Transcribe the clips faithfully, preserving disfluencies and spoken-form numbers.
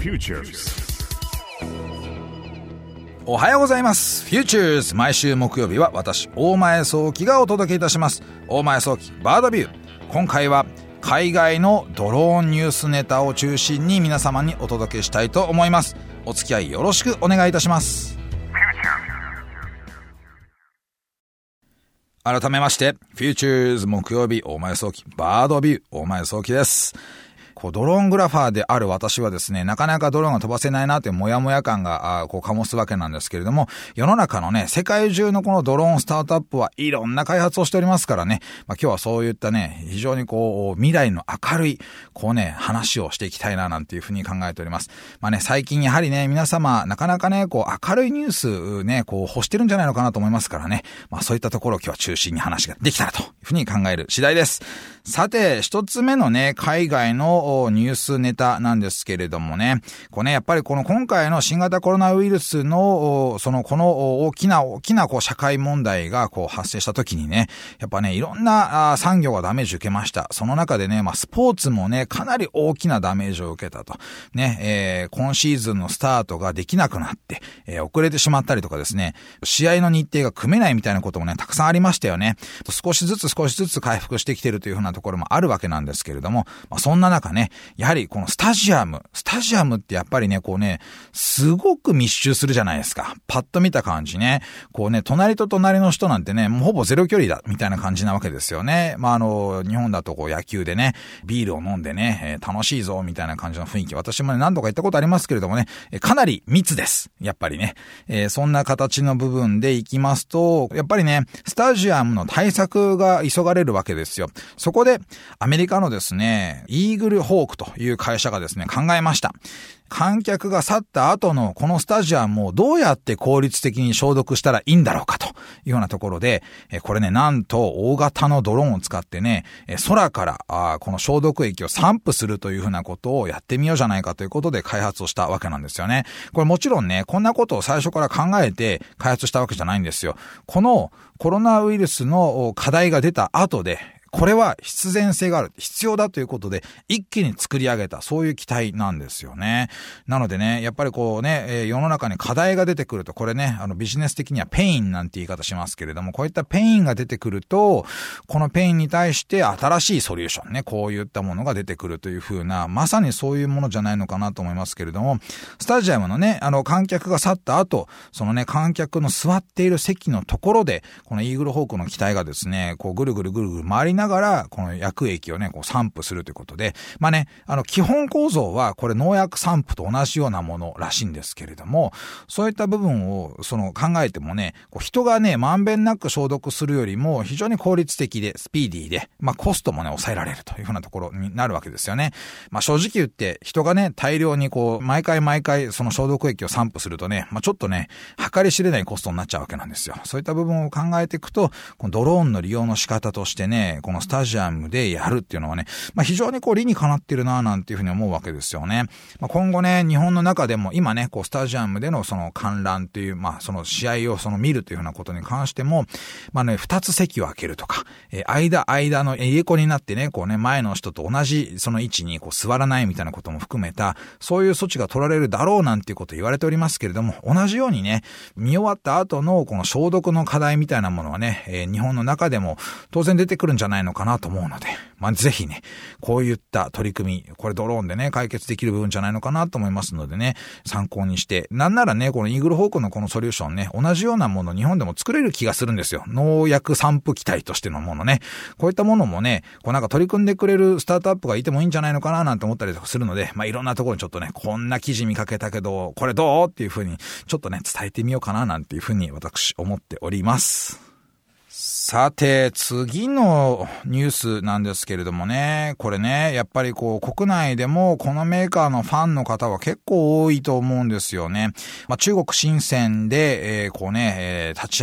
おはようございます。フューチューズ。毎週木曜日は私大前早期がお届けいたします。大前早期バードビュー。今回は海外のドローンニュースネタを中心に皆様にお届けしたいと思います。お付き合いよろしくお願いいたします。改めましてフューチューズ木曜日大前早期バードビュー大前早期です。こうドローングラファーである私はですね、なかなかドローンが飛ばせないなというモヤモヤ感がこう醸すわけなんですけれども、世の中のね、世界中のこのドローンスタートアップはいろんな開発をしておりますからね、まあ、今日はそういったね、非常にこう未来の明るいこうね、話をしていきたいななんていうふうに考えております。まあね、最近やはりね、皆様なかなかね、こう明るいニュースね、こう欲してるんじゃないのかなと思いますからね、まあそういったところを今日は中心に話ができたらというふうに考える次第です。さて、一つ目のね、海外のニュースネタなんですけれどもね、こうね、やっぱりこの今回の新型コロナウイルスの、そのこの大きな大きなこう社会問題がこう発生した時にね、やっぱね、いろんな産業がダメージを受けました。その中でね、まあスポーツもね、かなり大きなダメージを受けたと。ね、えー、今シーズンのスタートができなくなって、えー、遅れてしまったりとかですね、試合の日程が組めないみたいなこともね、たくさんありましたよね。少しずつ少しずつ回復してきているというふうなところもあるわけなんですけれども、まあ、そんな中ね、やはりこのスタジアム、スタジアムってやっぱりね、こうね、すごく密集するじゃないですか。パッと見た感じね、こうね、隣と隣の人なんてね、もうほぼゼロ距離だ、みたいな感じなわけですよね。まあ、あの、日本だとこう野球でね、ビールを飲んでね、えー、楽しいぞ、みたいな感じの雰囲気。私もね、何度か行ったことありますけれどもね、えー、かなり密です。やっぱりね。えー、そんな形の部分で行きますと、やっぱりね、スタジアムの対策が急がれるわけですよ。そこで、アメリカのですね、イーグルホークという会社がですね、考えました。観客が去った後のこのスタジアムをどうやって効率的に消毒したらいいんだろうかというようなところで、これね、なんと大型のドローンを使ってね、空からこの消毒液を散布するというふうなことをやってみようじゃないかということで開発をしたわけなんですよね。これもちろんね、こんなことを最初から考えて開発したわけじゃないんですよ。このコロナウイルスの課題が出た後で、これは必然性がある、必要だということで一気に作り上げた、そういう期待なんですよね。なのでね、やっぱりこうね、えー、世の中に課題が出てくると、これね、あのビジネス的にはペインなんて言い方しますけれども、こういったペインが出てくると、このペインに対して新しいソリューションね、こういったものが出てくるという風な、まさにそういうものじゃないのかなと思いますけれども、スタジアムのね、あの観客が去った後、そのね、観客の座っている席のところで、このイーグルホークの機体がですね、こうぐるぐるぐるぐる回りながらこの薬液をねこう散布するということで、まあね、あの基本構造はこれ農薬散布と同じようなものらしいんですけれども、そういった部分をその考えてもね、こう人がねまんべんなく消毒するよりも非常に効率的でスピーディーで、まあコストもね抑えられるというふうなところになるわけですよね。まあ正直言って人がね大量にこう毎回毎回その消毒液を散布するとね、まあちょっとね計り知れないコストになっちゃうわけなんですよ。そういった部分を考えていくと、このドローンの利用の仕方としてね、このスタジアムでやるっていうのはね、まあ非常にこう理にかなってるなぁなんていうふうに思うわけですよね。まあ今後ね、日本の中でも今ね、こうスタジアムでのその観覧っていう、まあその試合をその見るというふうなことに関しても、まあね、二つ席を空けるとか、えー、間間の家子になってね、こうね、前の人と同じその位置にこう座らないみたいなことも含めた、そういう措置が取られるだろうなんていうことを言われておりますけれども、同じようにね、見終わった後のこの消毒の課題みたいなものはね、えー、日本の中でも当然出てくるんじゃないのかなと思うので、まあぜひね、こういった取り組み、これドローンでね、解決できる部分じゃないのかなと思いますのでね、参考にして、なんならね、このイーグルホークのこのソリューションね、同じようなもの日本でも作れる気がするんですよ。農薬散布機体としてのものね。こういったものもね、こうなんか取り組んでくれるスタートアップがいてもいいんじゃないのかななんて思ったりとかするので、まあいろんなところにちょっとね、こんな記事見かけたけど、これどうっていうふうに、ちょっとね、伝えてみようかななんていうふうに私思っております。さて、次のニュースなんですけれどもね、これね、やっぱりこう、国内でもこのメーカーのファンの方は結構多いと思うんですよね。まあ、中国深センで、えー、こうね、えー、立ち上がっ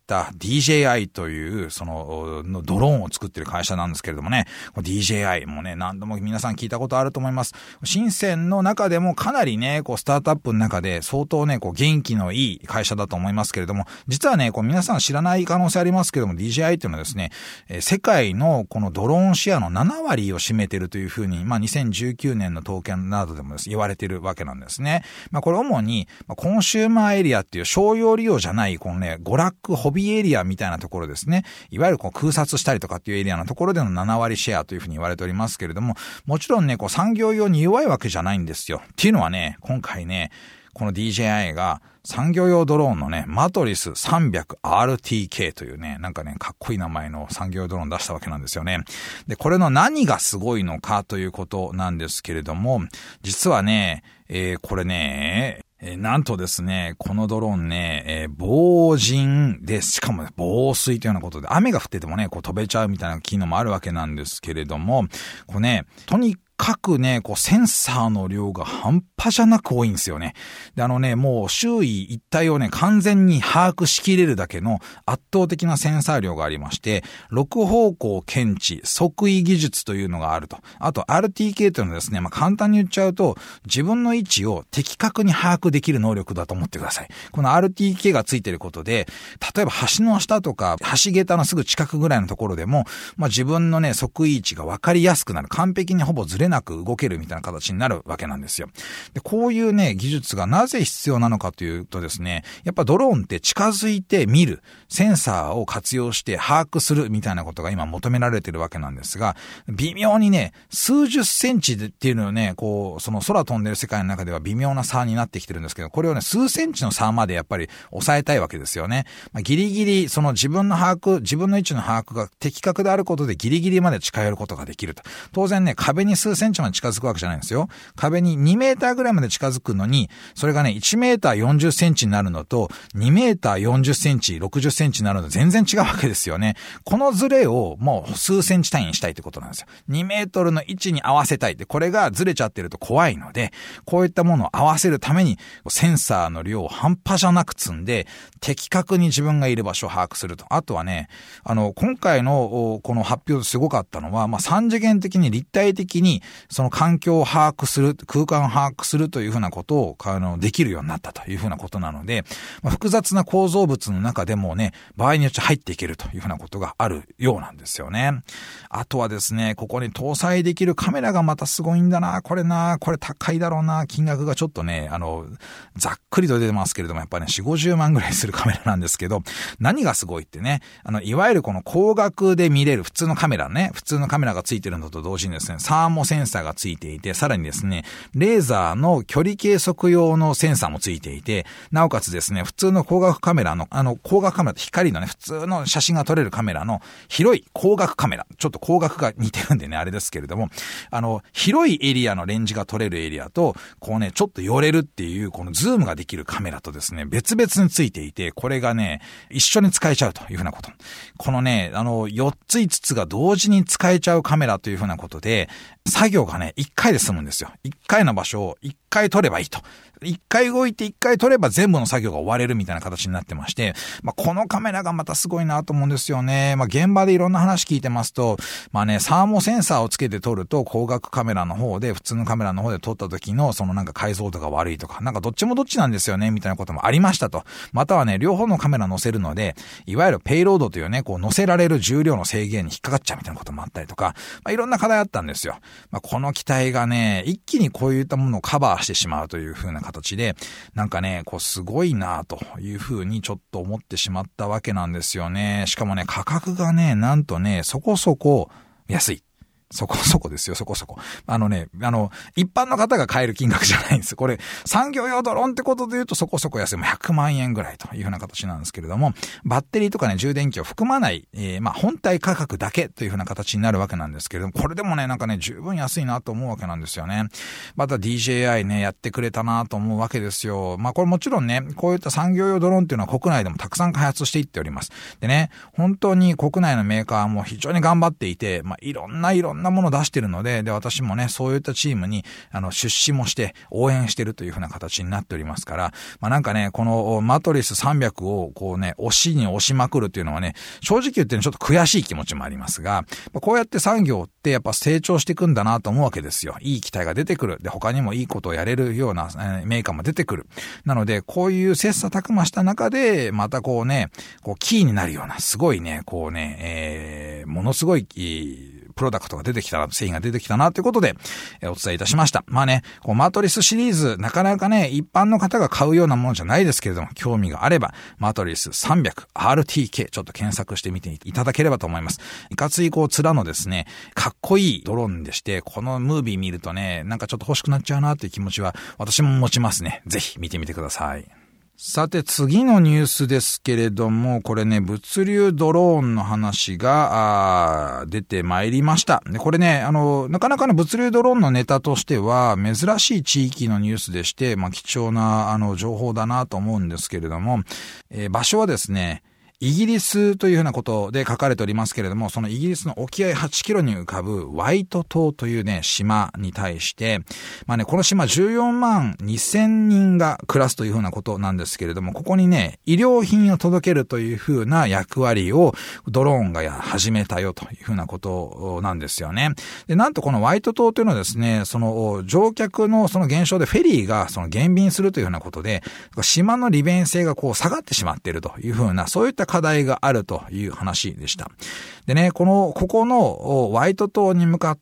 た ディージェーアイ という、その、のドローンを作ってる会社なんですけれどもね、ディージェーアイ もね、何度も皆さん聞いたことあると思います。深センの中でもかなりね、こう、スタートアップの中で相当ね、こう、元気のいい会社だと思いますけれども、実はね、こう、皆さん知らない可能性ありますけれども、ディージェーアイ というのはですね、えー、世界のこのドローンシェアのななわりを占めているというふうに、まあ、にせんじゅうきゅうねんの統計などでも言われているわけなんですね。まあ、これ主に、まあ、コンシューマーエリアっていう商用利用じゃない、このね、娯楽、ホビーエリアみたいなところですね。いわゆるこう空撮したりとかっていうエリアのところでのななわりシェアというふうに言われておりますけれども、もちろんね、こう産業用に弱いわけじゃないんですよ。っていうのはね、今回ね、この ディージェーアイ が産業用ドローンのね、マトリス さんびゃくアールティーケー というね、なんかね、かっこいい名前の産業用ドローン出したわけなんですよね。で、これの何がすごいのかということなんですけれども、実はね、えー、これね、えー、なんとですね、このドローンね、えー、防塵で、しかも、ね、防水というようなことで、雨が降っててもね、こう飛べちゃうみたいな機能もあるわけなんですけれども、これね、とにかく各ね、こう、センサーの量が半端じゃなく多いんですよね。で、あのね、もう周囲一帯をね、完全に把握しきれるだけの圧倒的なセンサー量がありまして、ろく方向検知、測位技術というのがあると。あと、アールティーケー というのはですね、まあ、簡単に言っちゃうと、自分の位置を的確に把握できる能力だと思ってください。この アールティーケー がついていることで、例えば橋の下とか、橋桁のすぐ近くぐらいのところでも、まあ、自分のね、測位位置が分かりやすくなる。完璧にほぼずれなく動けるみたいな形になるわけなんですよ。で、こういうね、技術がなぜ必要なのかというとですね、やっぱドローンって近づいて見る、センサーを活用して把握するみたいなことが今求められているわけなんですが、微妙にね、数十センチっていうのをね、こう、その空飛んでる世界の中では微妙な差になってきてるんですけど、これをね、数センチの差までやっぱり抑えたいわけですよね。まあ、ギリギリ、その自分の把握、自分の位置の把握が的確であることでギリギリまで近寄ることができると。当然ね、壁に数センチまで近づくわけじゃないんですよ。壁ににメーターぐらいまで近づくのに、それがね、いちメーターよんじゅっセンチになるのと、にメーターよんじゅっセンチ、ろくじゅっセンチになるの全然違うわけですよね。このズレをもう数センチ単位にしたいってことなんですよ。にメートルの位置に合わせたいって、これがズレちゃってると怖いので、こういったものを合わせるために、センサーの量を半端じゃなく積んで、的確に自分がいる場所を把握すると。あとはね、あの、今回のこの発表ですごかったのは、まあ、三次元的に立体的に、その環境を把握する、空間を把握するというふうなことを、あの、できるようになったというふうなことなので、まあ、複雑な構造物の中でもね、場合によって入っていけるというふうなことがあるようなんですよね。あとはですね、ここに搭載できるカメラがまたすごいんだな、これな、これ高いだろうな、金額がちょっとね、あの、ざっくりと出てますけれども、やっぱりね、よんじゅう、ごじゅうまんぐらいするカメラなんですけど、何がすごいってね、あの、いわゆるこの光学で見れる普通のカメラね、普通のカメラがついてるのと同時にですね、サーモセンサーがついていて、さらにですね、レーザーの距離計測用のセンサーもついていて、なおかつですね、普通の光学カメラの、あの、光学カメラって光のね、普通の写真が撮れるカメラの広い光学カメラ、ちょっと光学が似てるんでね、あれですけれども、あの、広いエリアのレンジが撮れるエリアと、こうね、ちょっと寄れるっていう、このズームができるカメラとですね、別々についていて、これがね、一緒に使えちゃうというふうなこと。このね、あの、よっついつつが同時に使えちゃうカメラというふうなことで、作業がね、いっかいで済むんですよ。いっかいの場所をいっかい撮ればいいと。いっかい動いていっかい撮れば全部の作業が終われるみたいな形になってまして、まあ、このカメラがまたすごいなと思うんですよね。まあ、現場でいろんな話聞いてますと、まあね、サーモセンサーをつけて撮ると光学カメラの方で、普通のカメラの方で撮った時のそのなんか解像度が悪いとか、なんかどっちもどっちなんですよね、みたいなこともありましたと。またはね、両方のカメラ載せるので、いわゆるペイロードというね、こう載せられる重量の制限に引っかかっちゃうみたいなこともあったりとか、まあ、いろんな課題あったんですよ。まあ、この機体がね、一気にこういったものをカバーしてしまうという風な形で、なんかね、こうすごいなという風にちょっと思ってしまったわけなんですよね。しかもね、価格がね、なんとね、そこそこ安い。そこそこですよ、そこそこ。あのね、あの、一般の方が買える金額じゃないんです。これ、産業用ドローンってことで言うとそこそこ安い。もうひゃくまんえんぐらいというふうな形なんですけれども、バッテリーとかね、充電器を含まない、えー、まあ、本体価格だけというふうな形になるわけなんですけれども、これでもね、なんかね、十分安いなと思うわけなんですよね。また ディージェーアイ ね、やってくれたなと思うわけですよ。まあ、これもちろんね、こういった産業用ドローンっていうのは国内でもたくさん開発していっております。でね、本当に国内のメーカーも非常に頑張っていて、まあ、いろんないろんなんなものを出してるので、で、私もね、そういったチームに、あの、出資もして応援してるというふうな形になっておりますから、まあなんかね、このマトリスさんびゃくをこうね、押しに押しまくるっていうのはね、正直言ってちょっと悔しい気持ちもありますが、こうやって産業ってやっぱ成長していくんだなと思うわけですよ。いい機体が出てくる。で、他にもいいことをやれるような、えー、メーカーも出てくる。なので、こういう切磋琢磨した中で、またこうね、こうキーになるような、すごいね、こうね、えー、ものすごい、プロダクトが出てきたな、製品が出てきたなということで、えー、お伝えいたしました。まあね、こうマトリスシリーズ、なかなかね、一般の方が買うようなものじゃないですけれども、興味があれば、マトリスさんびゃくアールティーケー、ちょっと検索してみていただければと思います。いかついこう、面のですね、かっこいいドローンでして、このムービー見るとね、なんかちょっと欲しくなっちゃうなという気持ちは、私も持ちますね。ぜひ見てみてください。さて次のニュースですけれども、これね、物流ドローンの話が出てまいりました。で、これね、あの、なかなかの物流ドローンのネタとしては珍しい地域のニュースでして、まあ貴重なあの情報だなと思うんですけれども、えー、場所はですね、イギリスというふうなことで書かれておりますけれども、そのイギリスの沖合はちキロに浮かぶワイト島というね、島に対して、まあね、この島じゅうよんまんにせんにんが暮らすというふうなことなんですけれども、ここにね、医療品を届けるというふうな役割をドローンが始めたよというふうなことなんですよね。で、なんとこのワイト島というのはですね、その乗客のその減少でフェリーがその減便するというふうなことで、島の利便性がこう下がってしまっているというふうな、そういった課題があるという話でした。でね、この、ここのワイト島に向かって、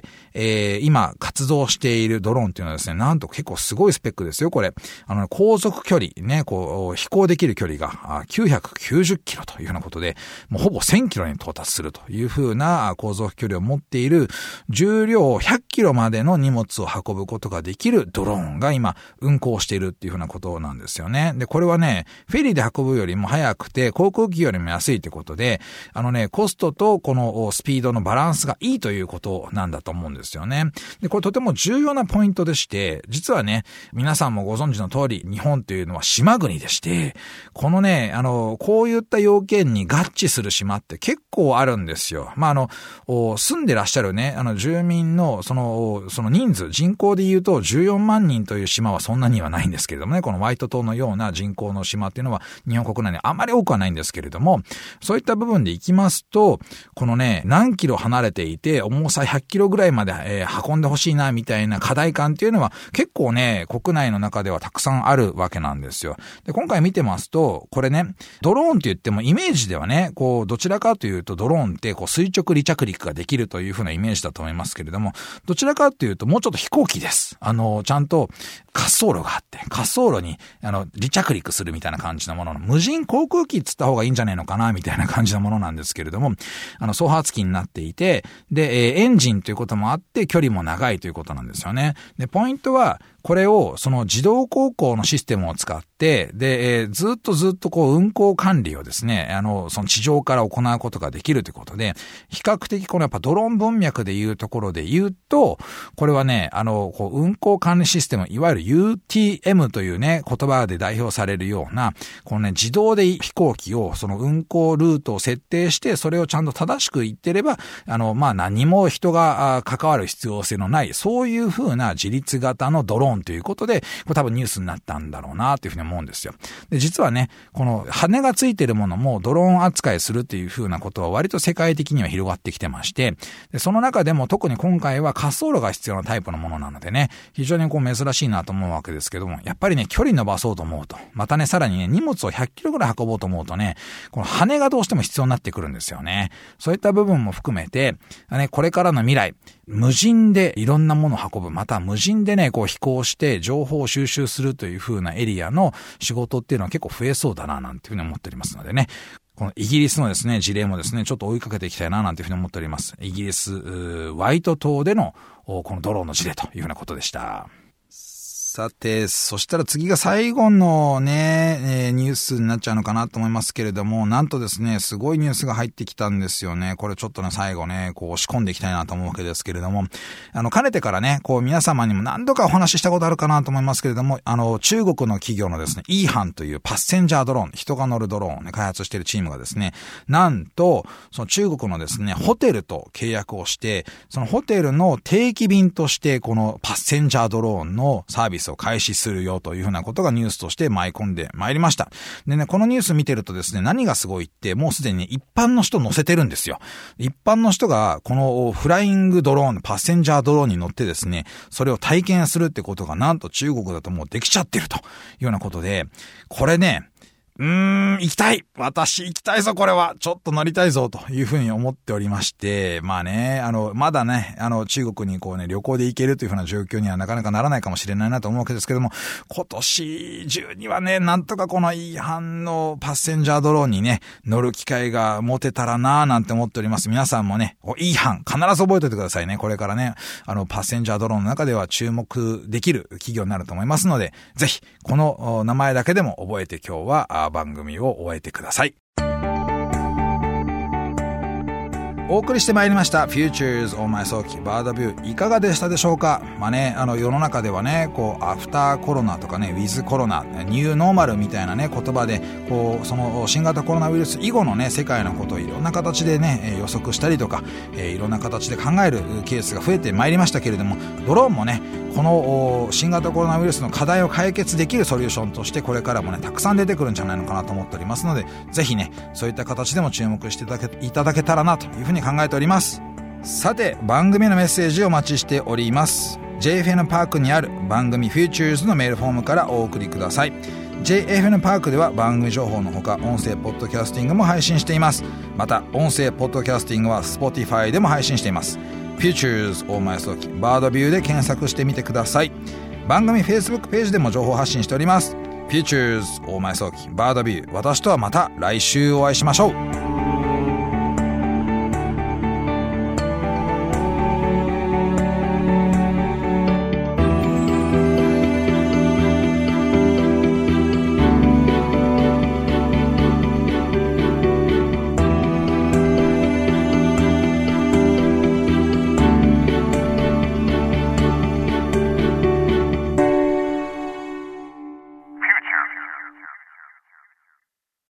えー、今活動しているドローンっていうのはですね、なんと結構すごいスペックですよ、これ。あの、航続距離、ね、こう、飛行できる距離がきゅうひゃくきゅうじゅっキロというようなことで、もうほぼせんキロに到達するというふうな航続距離を持っている、重量ひゃっキロまでの荷物を運ぶことができるドローンが今運航しているっていうふうなことなんですよね。で、これはね、フェリーで運ぶよりも早くて、航空機よりも安いってことで、あのね、コストとこのスピードのバランスがいいということなんだと思うんですよね。で、これとても重要なポイントでして、実はね、皆さんもご存知の通り、日本というのは島国でして、このね、あの、こういった要件に合致する島って結構あるんですよ。まあ、あの、住んでらっしゃるね、あの、住民の、その、その人数、人口で言うとじゅうよんまんにんという島はそんなにはないんですけれどもね、このワイト島のような人口の島っていうのは日本国内にあまり多くはないんですけれども、そういった部分で行きますと、このね、何キロ離れていて、重さひゃっキロぐらいまで、えー、運んでほしいな、みたいな課題感っていうのは結構ね、国内の中ではたくさんあるわけなんですよ。で、今回見てますと、これね、ドローンって言ってもイメージではね、こう、どちらかというとドローンってこう垂直離着陸ができるというふうなイメージだと思いますけれども、どちらかというともうちょっと飛行機です。あの、ちゃんと滑走路があって、滑走路に、あの、離着陸するみたいな感じのものの、無人航空機っつった方がいいんじゃないのかな、みたいな感じのものなんですけれども、あの、総発機になっていて、で、えー、エンジンということもあって、距離も長いということなんですよね。で、ポイントは、これを、その自動航行のシステムを使って、で、えー、ずっとずっとこう、運航管理をですね、あの、その地上から行うことができるということで、比較的このやっぱドローン文脈でいうところで言うと、これはね、あの、こう、運航管理システム、いわゆる ユーティーエム というね、言葉で代表されるような、このね、自動で飛行機を、その運航ルートを設定して、それをちゃんと正しく言ってれば、あの、まあ、何も人が関わる必要性のない、そういう風な自立型のドローンということで、これ多分ニュースになったんだろうなというふうに思うんですよ。で、実はね、この羽がついてるものもドローン扱いするっていう風なことは割と世界的には広がってきてまして、でその中でも特に今回は滑走路が必要なタイプのものなのでね、非常にこう珍しいなと思うわけですけども、やっぱりね、距離伸ばそうと思うと、またね、さらにね、荷物をひゃっキロぐらい運ぼうと思うとね、この羽がどうしても必要になってくるんですよね。そういった部分も含めて、ね、これからの未来、無人でいろんなものを運ぶ、また無人でね、こう飛行して情報を収集するという風なエリアの仕事っていうのは結構増えそうだな、なんていうふうに思っておりますのでね。このイギリスのですね、事例もですね、ちょっと追いかけていきたいな、なんていうふうに思っております。イギリス、ワイト島でのこのドローンの事例というふうなことでした。 さて、そしたら次が最後のね、えー、ニュースになっちゃうのかなと思いますけれども、なんとですね、すごいニュースが入ってきたんですよね。これちょっとね、最後ね、こう押し込んでいきたいなと思うわけですけれども、あの、かねてからね、こう皆様にも何度かお話ししたことあるかなと思いますけれども、あの、中国の企業のですね、イーハンというパッセンジャードローン、人が乗るドローンをね、開発しているチームがですね、なんと、その中国のですね、ホテルと契約をして、そのホテルの定期便として、このパッセンジャードローンのサービスを開始するよというふうなことがニュースとして舞い込んでまいりました。でね、このニュース見てるとですね、何がすごいって、もうすでに一般の人乗せてるんですよ。一般の人がこのフライングドローン、パッセンジャードローンに乗ってですね、それを体験するってことがなんと中国だともうできちゃってるというようなことで、これね、うーん、行きたい私行きたいぞこれはちょっと乗りたいぞというふうに思っておりまして、まあね、あの、まだね、あの、中国にこうね、旅行で行けるというふうな状況にはなかなかならないかもしれないなと思うわけですけども、今年中にはね、なんとかこのイーハンのパッセンジャードローンにね、乗る機会が持てたらなぁなんて思っております。皆さんもね、イーハン必ず覚えておいてくださいね。これからね、あの、パッセンジャードローンの中では注目できる企業になると思いますので、ぜひ、この名前だけでも覚えて今日は番組を終えてください。お送りしてまいりました Futures 大前早期バードビューいかがでしたでしょうか。まあね、あの世の中ではね、こうアフターコロナとかね、ウィズコロナ、ニューノーマルみたいなね言葉で、こうその新型コロナウイルス以後のね世界のことをいろんな形でね予測したりとか、えー、いろんな形で考えるケースが増えてまいりましたけれども、ドローンもねこの新型コロナウイルスの課題を解決できるソリューションとしてこれからもねたくさん出てくるんじゃないのかなと思っておりますので、ぜひねそういった形でも注目していただけ、いただけたらなというふうに考えております。さて、番組のメッセージをお待ちしております。 ジェイエフエヌ パークにある番組 Futures のメールフォームからお送りください。 ジェイエフエヌ パークでは番組情報のほか音声ポッドキャスティングも配信しています。また音声ポッドキャスティングは Spotify でも配信しています。 Futures 大前早期バードビューで検索してみてください。番組 Facebook ページでも情報発信しております。 Futures 大前早期バードビュー、私とはまた来週お会いしましょう。